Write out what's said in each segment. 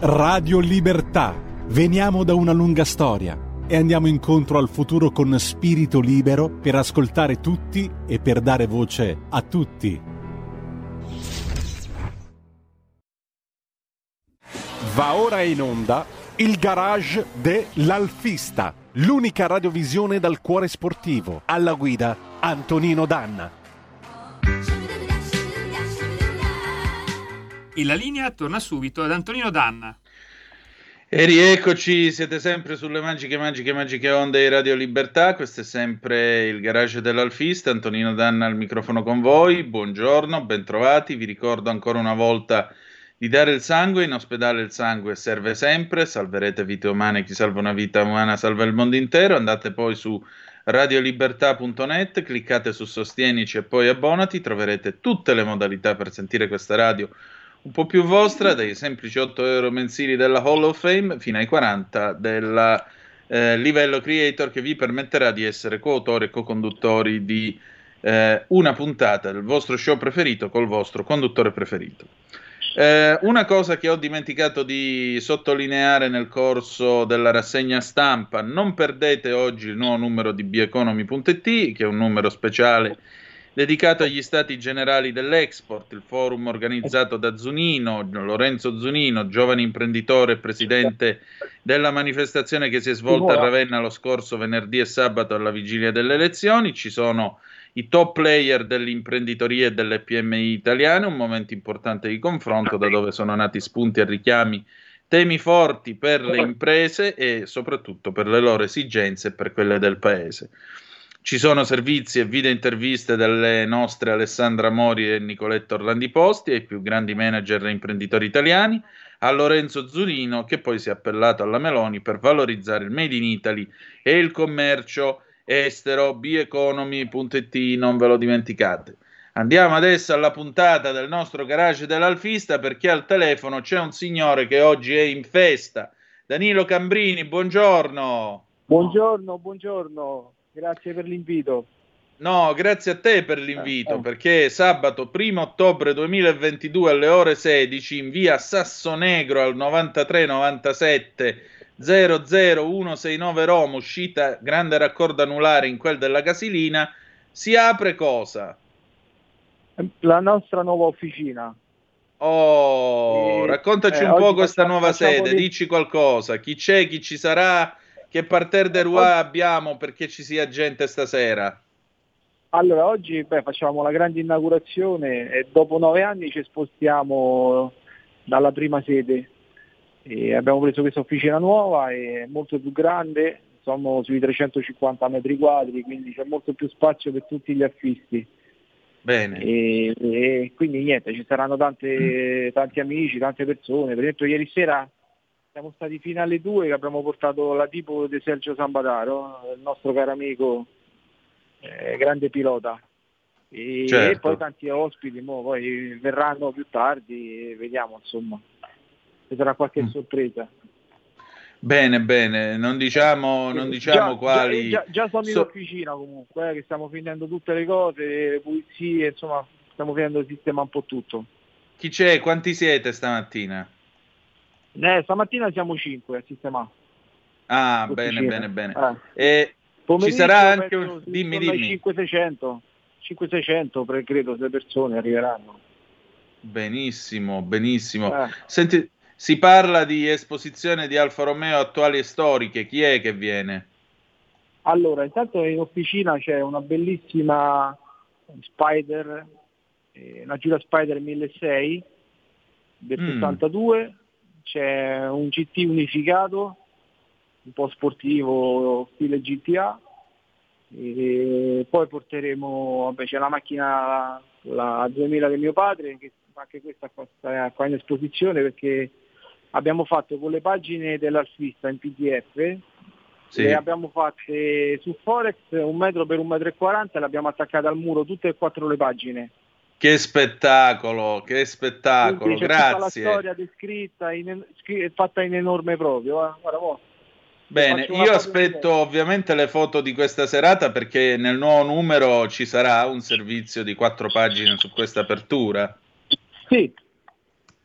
Radio Libertà. Veniamo da una lunga storia e andiamo incontro al futuro con spirito libero per ascoltare tutti e per dare voce a tutti. Va ora in onda il Garage dell'Alfista, l'unica radiovisione dal cuore sportivo. Alla guida Antonino Danna. E la linea torna subito ad Antonino Danna. E rieccoci, siete sempre sulle magiche onde di Radio Libertà. Questo è sempre il Garage dell'Alfista. Antonino Danna al microfono con voi. Buongiorno, bentrovati. Vi ricordo ancora una volta di dare il sangue. In ospedale il sangue serve sempre. Salverete vite umane. Chi salva una vita umana salva il mondo intero. Andate poi su radiolibertà.net, cliccate su Sostienici e poi abbonati. Troverete tutte le modalità per sentire questa radio un po' più vostra, dai semplici 8 euro mensili della Hall of Fame fino ai 40 del livello creator, che vi permetterà di essere coautori e co-conduttori di una puntata del vostro show preferito col vostro conduttore preferito. Una cosa che ho dimenticato di sottolineare nel corso della rassegna stampa: non perdete oggi il nuovo numero di Bieconomy.it, che è un numero speciale dedicato agli stati generali dell'export, il forum organizzato da Zunino, Lorenzo Zunino, giovane imprenditore e presidente della manifestazione che si è svolta a Ravenna lo scorso venerdì e sabato alla vigilia delle elezioni. Ci sono i top player dell'imprenditoria e delle PMI italiane, un momento importante di confronto da dove sono nati spunti e richiami, temi forti per le imprese e soprattutto per le loro esigenze e per quelle del paese. Ci sono servizi e video interviste delle nostre Alessandra Mori e Nicoletta Orlandi Posti, ai più grandi manager e imprenditori italiani, a Lorenzo Zunino, che poi si è appellato alla Meloni per valorizzare il Made in Italy e il commercio estero. Bieconomy.it, non ve lo dimenticate. Andiamo adesso alla puntata del nostro Garage dell'Alfista, perché al telefono c'è un signore che oggi è in festa. Danilo Cambrini, buongiorno. Buongiorno. Grazie per l'invito. No, grazie a te per l'invito, perché sabato 1 ottobre 2022 alle ore 16 in via Sassonegro al 93 97 00169 Roma, uscita grande raccordo anulare in quel della Casilina, si apre cosa? La nostra nuova officina. Raccontaci un po' questa nuova sede, dici qualcosa, chi c'è, chi ci sarà, che parterre de roi abbiamo perché ci sia gente stasera? Allora, oggi facciamo la grande inaugurazione e dopo 9 anni ci spostiamo dalla prima sede. E abbiamo preso questa officina nuova, è molto più grande, siamo sui 350 metri quadri, quindi c'è molto più spazio per tutti gli acquisti. Bene. E quindi niente, ci saranno tanti amici, tante persone. Per esempio ieri sera siamo stati fino alle 2 che abbiamo portato la tipo di Sergio Sambataro, il nostro caro amico, grande pilota. Certo. E poi tanti ospiti, poi verranno più tardi e vediamo, insomma. Ci sarà qualche sorpresa. Bene, non diciamo quali. Già siamo in officina comunque, che stiamo finendo tutte le cose, le pulizie, insomma, stiamo finendo il sistema un po' tutto. Chi c'è? Quanti siete stamattina? Stamattina siamo 5 a sistemare. Ah, bene. E ci sarà anche dimmi. 500-600, credo, 6 persone arriveranno. Benissimo. Senti, si parla di esposizione di Alfa Romeo attuali e storiche, chi è che viene? Allora, intanto in officina c'è una bellissima Spider, una Giulia Spider 1600 del 72, c'è un GT unificato, un po' sportivo, stile GTA, e poi porteremo, c'è la macchina, la 2000 di mio padre, che anche questa qua in esposizione, perché abbiamo fatto con le pagine dell'Alfista in PDF, sì. Le abbiamo fatte su Forex 1 metro per 1,40 m, le abbiamo attaccate al muro tutte e 4 le pagine. Che spettacolo, grazie. Tutta la storia descritta, fatta in enorme proprio. Guarda, bene, io aspetto ovviamente le foto di questa serata, perché nel nuovo numero ci sarà un servizio di 4 pagine su questa apertura. Sì,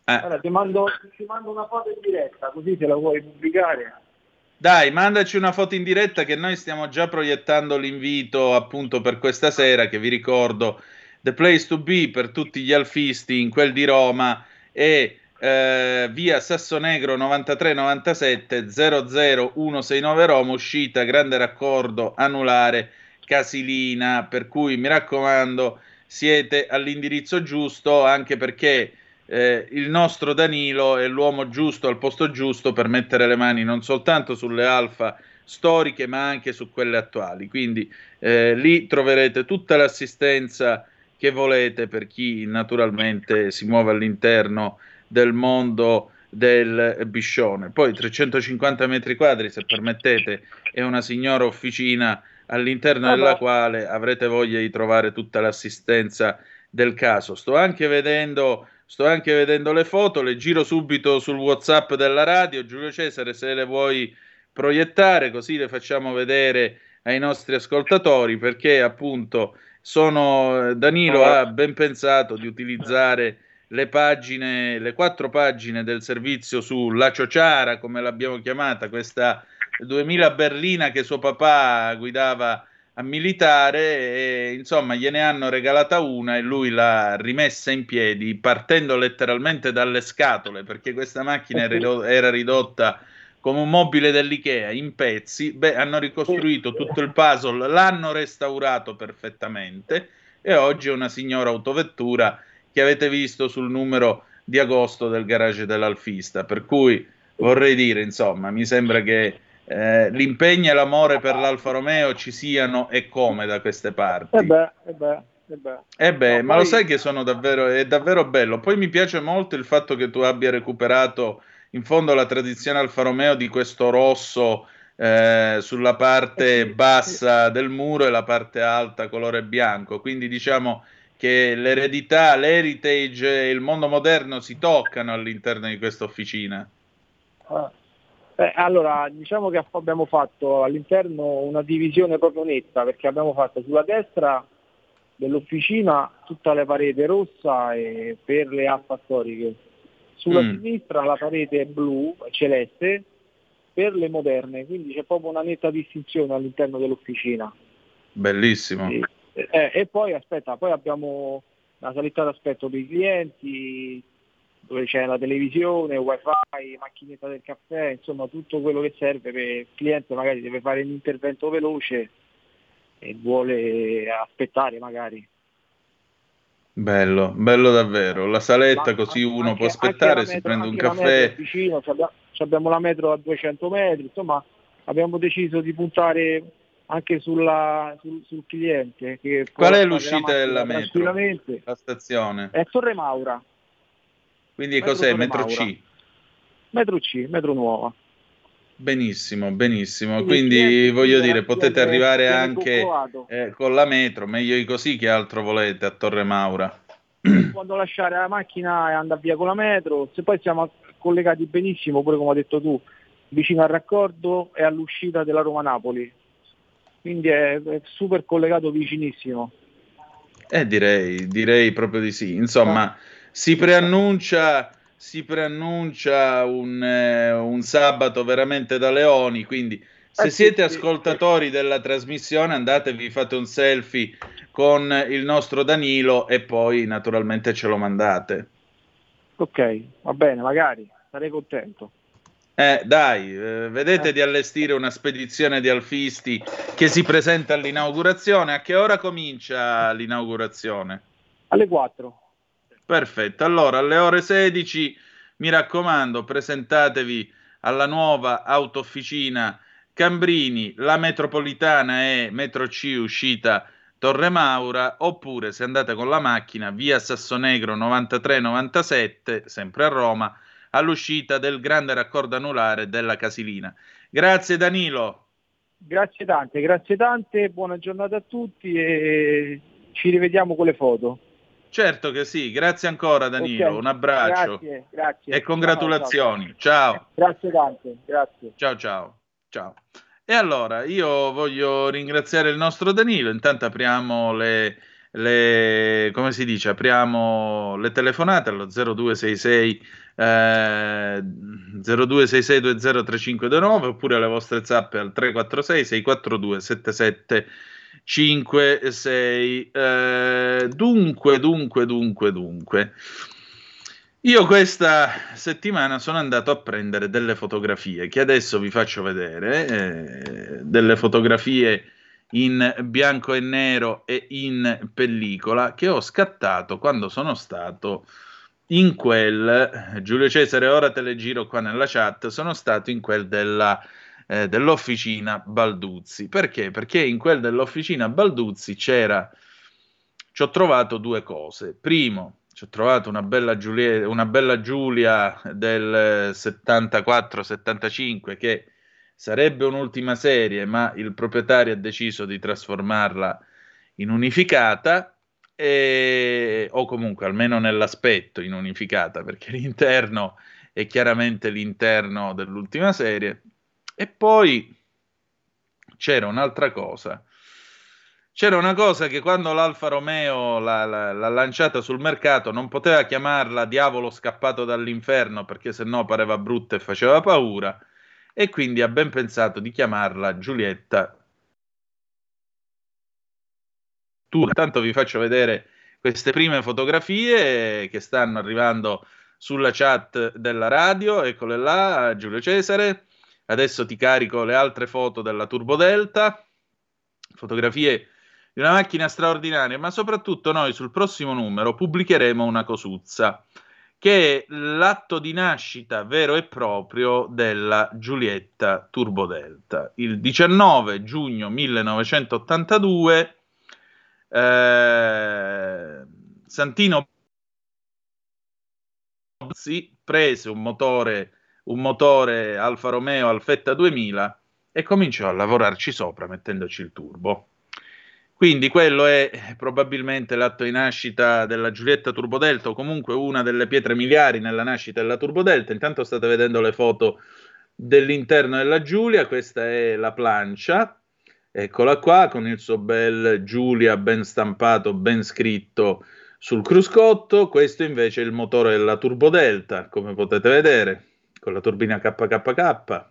Allora, ti mando una foto in diretta, così se la vuoi pubblicare. Dai, mandaci una foto in diretta che noi stiamo già proiettando l'invito appunto per questa sera, che vi ricordo, The Place to Be per tutti gli alfisti in quel di Roma è via Sassonegro 9397 00169 Roma, uscita grande raccordo anulare Casilina, per cui mi raccomando, siete all'indirizzo giusto, anche perché il nostro Danilo è l'uomo giusto al posto giusto per mettere le mani non soltanto sulle alfa storiche ma anche su quelle attuali, quindi lì troverete tutta l'assistenza che volete per chi naturalmente si muove all'interno del mondo del Biscione. Poi 350 metri quadri, se permettete, è una signora officina all'interno della quale avrete voglia di trovare tutta l'assistenza del caso. Sto anche vedendo le foto, le giro subito sul WhatsApp della radio. Giulio Cesare, se le vuoi proiettare, così le facciamo vedere ai nostri ascoltatori, perché appunto Danilo ha ben pensato di utilizzare le 4 pagine del servizio sulla Ciociara, come l'abbiamo chiamata, questa 2000 berlina che suo papà guidava a militare, e insomma gliene hanno regalata una e lui l'ha rimessa in piedi partendo letteralmente dalle scatole, perché questa macchina era ridotta come un mobile dell'Ikea in pezzi. Beh, hanno ricostruito tutto il puzzle, l'hanno restaurato perfettamente e oggi è una signora autovettura che avete visto sul numero di agosto del garage dell'Alfista, per cui vorrei dire, insomma, mi sembra che l'impegno e l'amore per l'Alfa Romeo ci siano e come da queste parti. Ma lo sai che è davvero bello. Poi mi piace molto il fatto che tu abbia recuperato in fondo la tradizione Alfa Romeo di questo rosso sulla parte bassa del muro e la parte alta colore bianco, quindi diciamo che l'eredità, l'heritage e il mondo moderno si toccano all'interno di questa officina. Allora, diciamo che abbiamo fatto all'interno una divisione proprio netta, perché abbiamo fatto sulla destra dell'officina tutta la parete rossa e per le alfa storiche, sulla sinistra la parete blu celeste per le moderne, quindi c'è proprio una netta distinzione all'interno dell'officina. Bellissimo. E poi abbiamo una saletta d'aspetto per i clienti, dove c'è la televisione, wifi, macchinetta del caffè, insomma tutto quello che serve per il cliente, magari deve fare un intervento veloce e vuole aspettare magari. Bello davvero, la saletta così uno può aspettare, si prende un caffè. Vicino, abbiamo la metro a 200 metri, insomma abbiamo deciso di puntare anche sul cliente. Qual è l'uscita della metro? La stazione? È Torre Maura. Quindi cos'è? Metro C? Metro nuova. Benissimo. Quindi voglio dire, potete arrivare anche con la metro, meglio di così, che altro volete a Torre Maura. Quando lasciare la macchina e andare via con la metro, se poi siamo collegati benissimo, pure come hai detto tu, vicino al raccordo e all'uscita della Roma-Napoli. Quindi è super collegato, vicinissimo. Direi proprio di sì. Insomma, si preannuncia un sabato veramente da leoni, quindi se siete ascoltatori della trasmissione, andatevi, fate un selfie con il nostro Danilo e poi naturalmente ce lo mandate. Ok, va bene, magari, sarei contento. Vedete di allestire una spedizione di alfisti che si presenta all'inaugurazione. A che ora comincia l'inaugurazione? Alle 4. Perfetto, allora alle ore 16, mi raccomando, presentatevi alla nuova autofficina Cambrini, la metropolitana è metro C, uscita Torre Maura, oppure se andate con la macchina via Sassonegro 9397, sempre a Roma, all'uscita del grande raccordo anulare della Casilina. Grazie Danilo. Grazie tante, buona giornata a tutti e ci rivediamo con le foto. Certo che sì, grazie ancora Danilo, okay. Un abbraccio. Grazie. E congratulazioni. Ciao. Grazie tante, grazie. Ciao. E allora, io voglio ringraziare il nostro Danilo, intanto apriamo le come si dice, apriamo le telefonate allo 0266 0266203529 oppure alle vostre zappe al 346 642 7756. Dunque. Io questa settimana sono andato a prendere delle fotografie che adesso vi faccio vedere, delle fotografie in bianco e nero e in pellicola che ho scattato quando sono stato in quel, Giulio Cesare, ora te le giro qua nella chat, sono stato in quel dell'officina Balduzzi. Perché? Perché in quel dell'officina Balduzzi ci ho trovato due cose. Primo, ci ho trovato una bella Giulia del 74-75 che sarebbe un'ultima serie, ma il proprietario ha deciso di trasformarla in unificata, o comunque almeno nell'aspetto in unificata, perché l'interno è chiaramente l'interno dell'ultima serie. E poi c'era un'altra cosa. C'era una cosa che quando l'Alfa Romeo l'ha lanciata sul mercato non poteva chiamarla Diavolo scappato dall'inferno perché sennò pareva brutta e faceva paura, e quindi ha ben pensato di chiamarla Giulietta. Intanto vi faccio vedere queste prime fotografie che stanno arrivando sulla chat della radio. Eccole là, Giulio Cesare. Adesso ti carico le altre foto della Turbo Delta, fotografie di una macchina straordinaria, ma soprattutto noi sul prossimo numero pubblicheremo una cosuzza, che è l'atto di nascita vero e proprio della Giulietta Turbo Delta. Il 19 giugno 1982 Santino prese un motore Alfa Romeo Alfetta 2000 e cominciò a lavorarci sopra mettendoci il turbo. Quindi quello è probabilmente l'atto di nascita della Giulietta Turbo Delta, o comunque una delle pietre miliari nella nascita della Turbo Delta. Intanto state vedendo le foto dell'interno della Giulia, questa è la plancia, eccola qua, con il suo bel Giulia ben stampato, ben scritto sul cruscotto. Questo invece è il motore della Turbo Delta, come potete vedere, con la turbina KKK.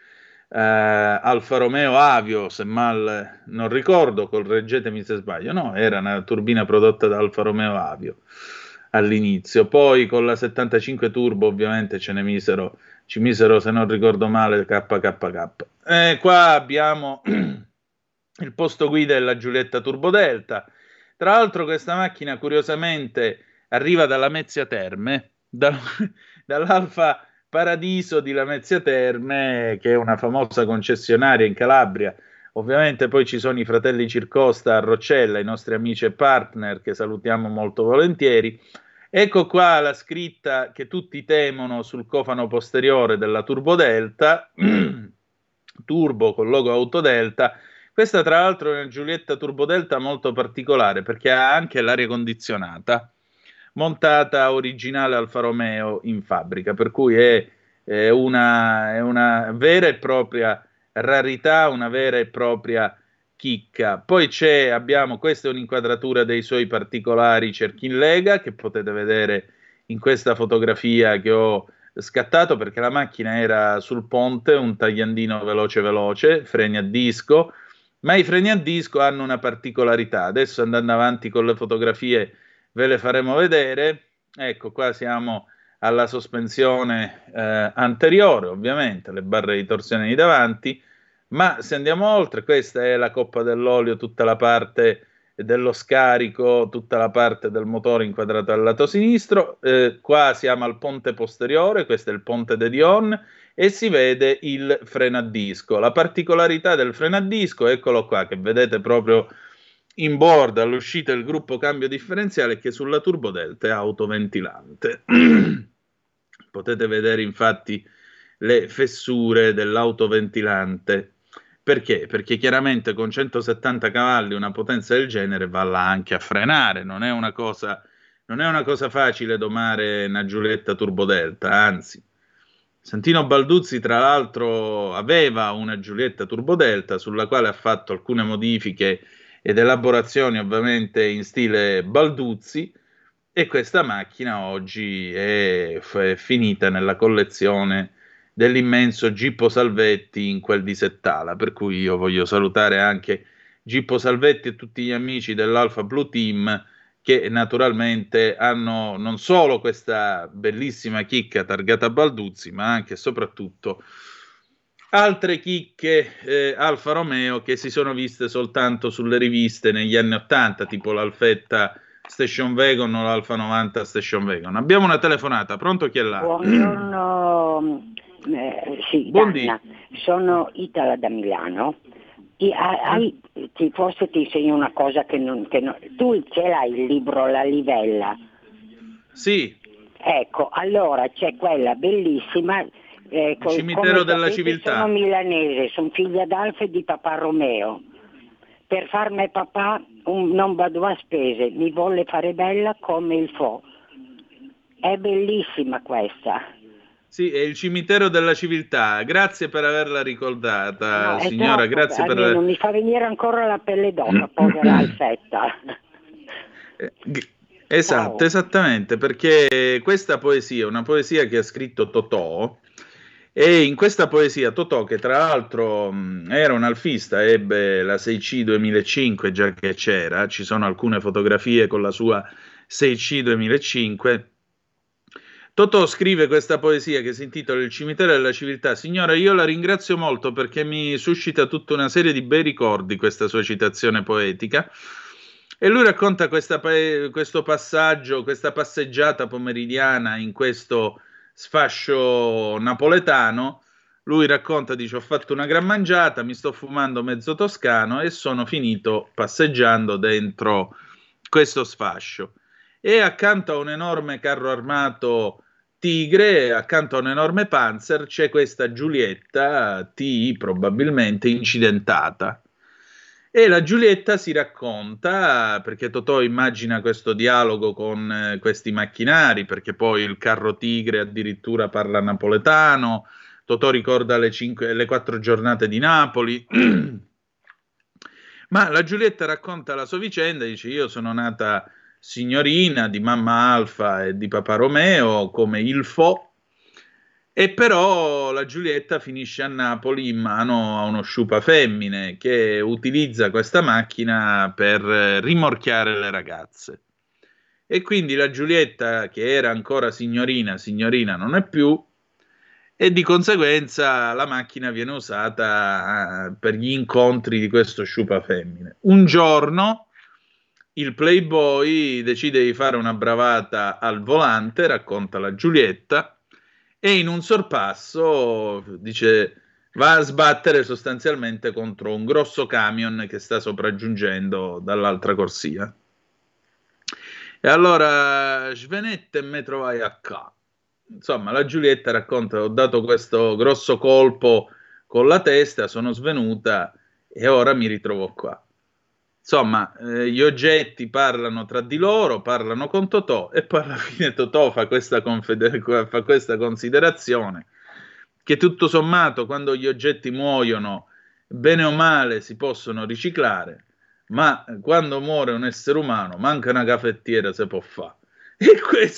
Alfa Romeo Avio, se mal non ricordo, correggetemi se sbaglio, no, era una turbina prodotta da Alfa Romeo Avio all'inizio, poi con la 75 Turbo ovviamente ci misero, se non ricordo male, KKK. Qua abbiamo il posto guida della Giulietta Turbo Delta. Tra l'altro questa macchina curiosamente arriva dalla Mezzia Terme, dall'Alfa Paradiso di Lamezia Terme, che è una famosa concessionaria in Calabria. Ovviamente poi ci sono i fratelli Circosta a Roccella, i nostri amici e partner che salutiamo molto volentieri. Ecco qua la scritta che tutti temono sul cofano posteriore della Turbo Delta, Turbo con logo Autodelta. Questa tra l'altro è una Giulietta Turbo Delta molto particolare perché ha anche l'aria condizionata montata originale Alfa Romeo in fabbrica, per cui è una vera e propria rarità, una vera e propria chicca. Poi abbiamo, questa è un'inquadratura dei suoi particolari cerchi in lega che potete vedere in questa fotografia che ho scattato, perché la macchina era sul ponte, un tagliandino veloce, freni a disco, ma i freni a disco hanno una particolarità. Adesso andando avanti con le fotografie ve le faremo vedere. Ecco, qua siamo alla sospensione anteriore, ovviamente, le barre di torsione di davanti, ma se andiamo oltre, questa è la coppa dell'olio, tutta la parte dello scarico, tutta la parte del motore inquadrata al lato sinistro. Qua siamo al ponte posteriore, questo è il ponte de Dion, e si vede il freno a disco. La particolarità del freno a disco, eccolo qua, che vedete proprio in borda all'uscita del gruppo cambio differenziale, che sulla Turbo Delta è autoventilante. Potete vedere infatti le fessure dell'autoventilante. Perché? Perché chiaramente con 170 cavalli una potenza del genere va là anche a frenare, non è una cosa facile domare una Giulietta Turbo Delta, anzi. Santino Balduzzi tra l'altro aveva una Giulietta Turbo Delta sulla quale ha fatto alcune modifiche ed elaborazioni ovviamente in stile Balduzzi, e questa macchina oggi è finita nella collezione dell'immenso Gippo Salvetti in quel di Settala, per cui io voglio salutare anche Gippo Salvetti e tutti gli amici dell'Alfa Blue Team, che naturalmente hanno non solo questa bellissima chicca targata Balduzzi, ma anche e soprattutto altre chicche Alfa Romeo che si sono viste soltanto sulle riviste negli anni '80, tipo l'Alfetta Station Wagon o l'Alfa 90 Station Wagon. Abbiamo una telefonata, pronto, chi è là? Buongiorno, sì, Danna, sono Itala da Milano. Forse ti insegno una cosa che non... Tu ce l'hai il libro La Livella? Sì. Ecco, allora c'è quella bellissima... il cimitero della sapete, civiltà. Sono milanese, sono figlia d'Alfa e di papà Romeo. Per farmi papà non vado a spese, mi volle fare bella come il fo. È bellissima questa. Sì, è il cimitero della civiltà. Grazie per averla ricordata, No, signora. troppo, Grazie per... non mi fa venire ancora la pelle d'oca, povera Alfetta. Esatto, Ciao. esattamente, perché questa poesia è una poesia che ha scritto Totò, e in questa poesia Totò, che tra l'altro era un alfista, ebbe la 6C 2005, già che c'era, ci sono alcune fotografie con la sua 6C 2005. Totò scrive questa poesia che si intitola Il cimitero della civiltà. Signora, io la ringrazio molto perché mi suscita tutta una serie di bei ricordi questa sua citazione poetica, e lui racconta questo passaggio, questa passeggiata pomeridiana in questo sfascio napoletano. Lui racconta, dice: ho fatto una gran mangiata, mi sto fumando mezzo toscano e sono finito passeggiando dentro questo sfascio. E accanto a un enorme carro armato Tigre, accanto a un enorme Panzer, c'è questa Giulietta T, probabilmente incidentata. E la Giulietta si racconta, perché Totò immagina questo dialogo con questi macchinari, perché poi il carro Tigre addirittura parla napoletano. Totò ricorda le 4 giornate di Napoli. Ma la Giulietta racconta la sua vicenda, dice: io sono nata signorina di mamma Alfa e di papà Romeo come il Fo, e però la Giulietta finisce a Napoli in mano a uno sciupa femmine che utilizza questa macchina per rimorchiare le ragazze. E quindi la Giulietta, che era ancora signorina non è più, e di conseguenza la macchina viene usata per gli incontri di questo sciupa femmine. Un giorno il Playboy decide di fare una bravata al volante, racconta la Giulietta, e in un sorpasso, dice, va a sbattere sostanzialmente contro un grosso camion che sta sopraggiungendo dall'altra corsia. E allora svenette e me trovai a ca. Insomma, la Giulietta racconta: ho dato questo grosso colpo con la testa, sono svenuta e ora mi ritrovo qua. Insomma, gli oggetti parlano tra di loro, parlano con Totò, e poi alla fine Totò fa questa considerazione, che tutto sommato, quando gli oggetti muoiono, bene o male si possono riciclare, ma quando muore un essere umano, manca una caffettiera, se può fare. E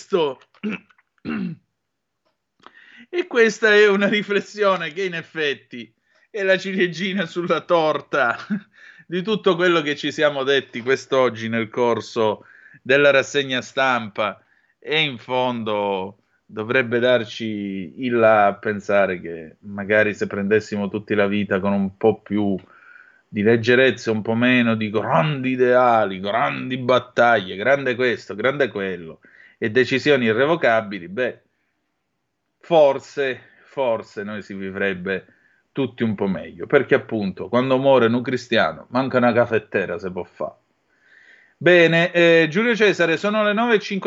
questa è una riflessione che in effetti è la ciliegina sulla torta di tutto quello che ci siamo detti quest'oggi nel corso della rassegna stampa, e in fondo dovrebbe darci il là a pensare che magari se prendessimo tutti la vita con un po' più di leggerezza, un po' meno di grandi ideali, grandi battaglie, grande questo, grande quello e decisioni irrevocabili, beh, forse noi si vivrebbe tutti un po' meglio, perché appunto quando muore un cristiano manca una caffettera, se può fare. Bene, Giulio Cesare, sono le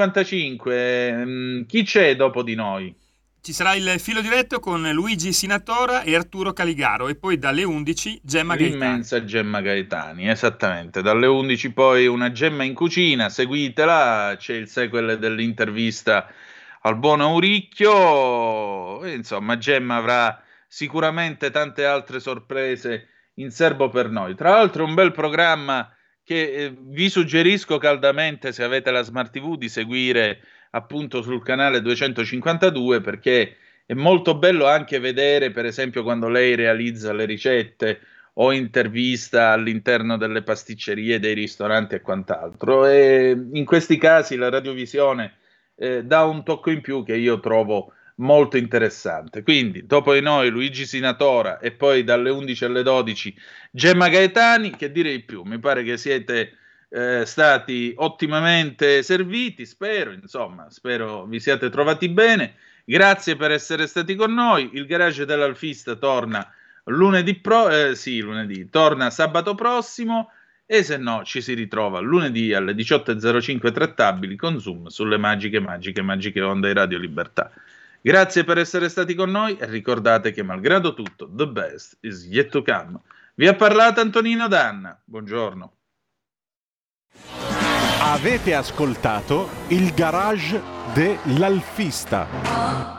9:55, chi c'è dopo di noi? Ci sarà il filo diretto con Luigi Sinatora e Arturo Caligaro, e poi dalle 11 Gemma Gaetani. L'immensa Gemma Gaetani, esattamente, dalle 11 poi una Gemma in cucina, seguitela, c'è il sequel dell'intervista al buon Auricchio, e, insomma, Gemma avrà sicuramente tante altre sorprese in serbo per noi. Tra l'altro è un bel programma che vi suggerisco caldamente, se avete la Smart TV, di seguire appunto sul canale 252, perché è molto bello anche vedere, per esempio, quando lei realizza le ricette o intervista all'interno delle pasticcerie, dei ristoranti e quant'altro. E in questi casi la radiovisione dà un tocco in più che io trovo molto interessante. Quindi, dopo di noi, Luigi Sinatora, e poi dalle 11 alle 12 Gemma Gaetani. Che dire di più? Mi pare che siete stati ottimamente serviti, spero vi siate trovati bene. Grazie per essere stati con noi. Il Garage dell'Alfista torna lunedì, torna sabato prossimo, e se no ci si ritrova lunedì alle 18.05 trattabili con Zoom sulle magiche onde di Radio Libertà. Grazie per essere stati con noi, e ricordate che malgrado tutto, the best is yet to come. Vi ha parlato Antonino Danna. Buongiorno. Avete ascoltato il Garage dell'Alfista.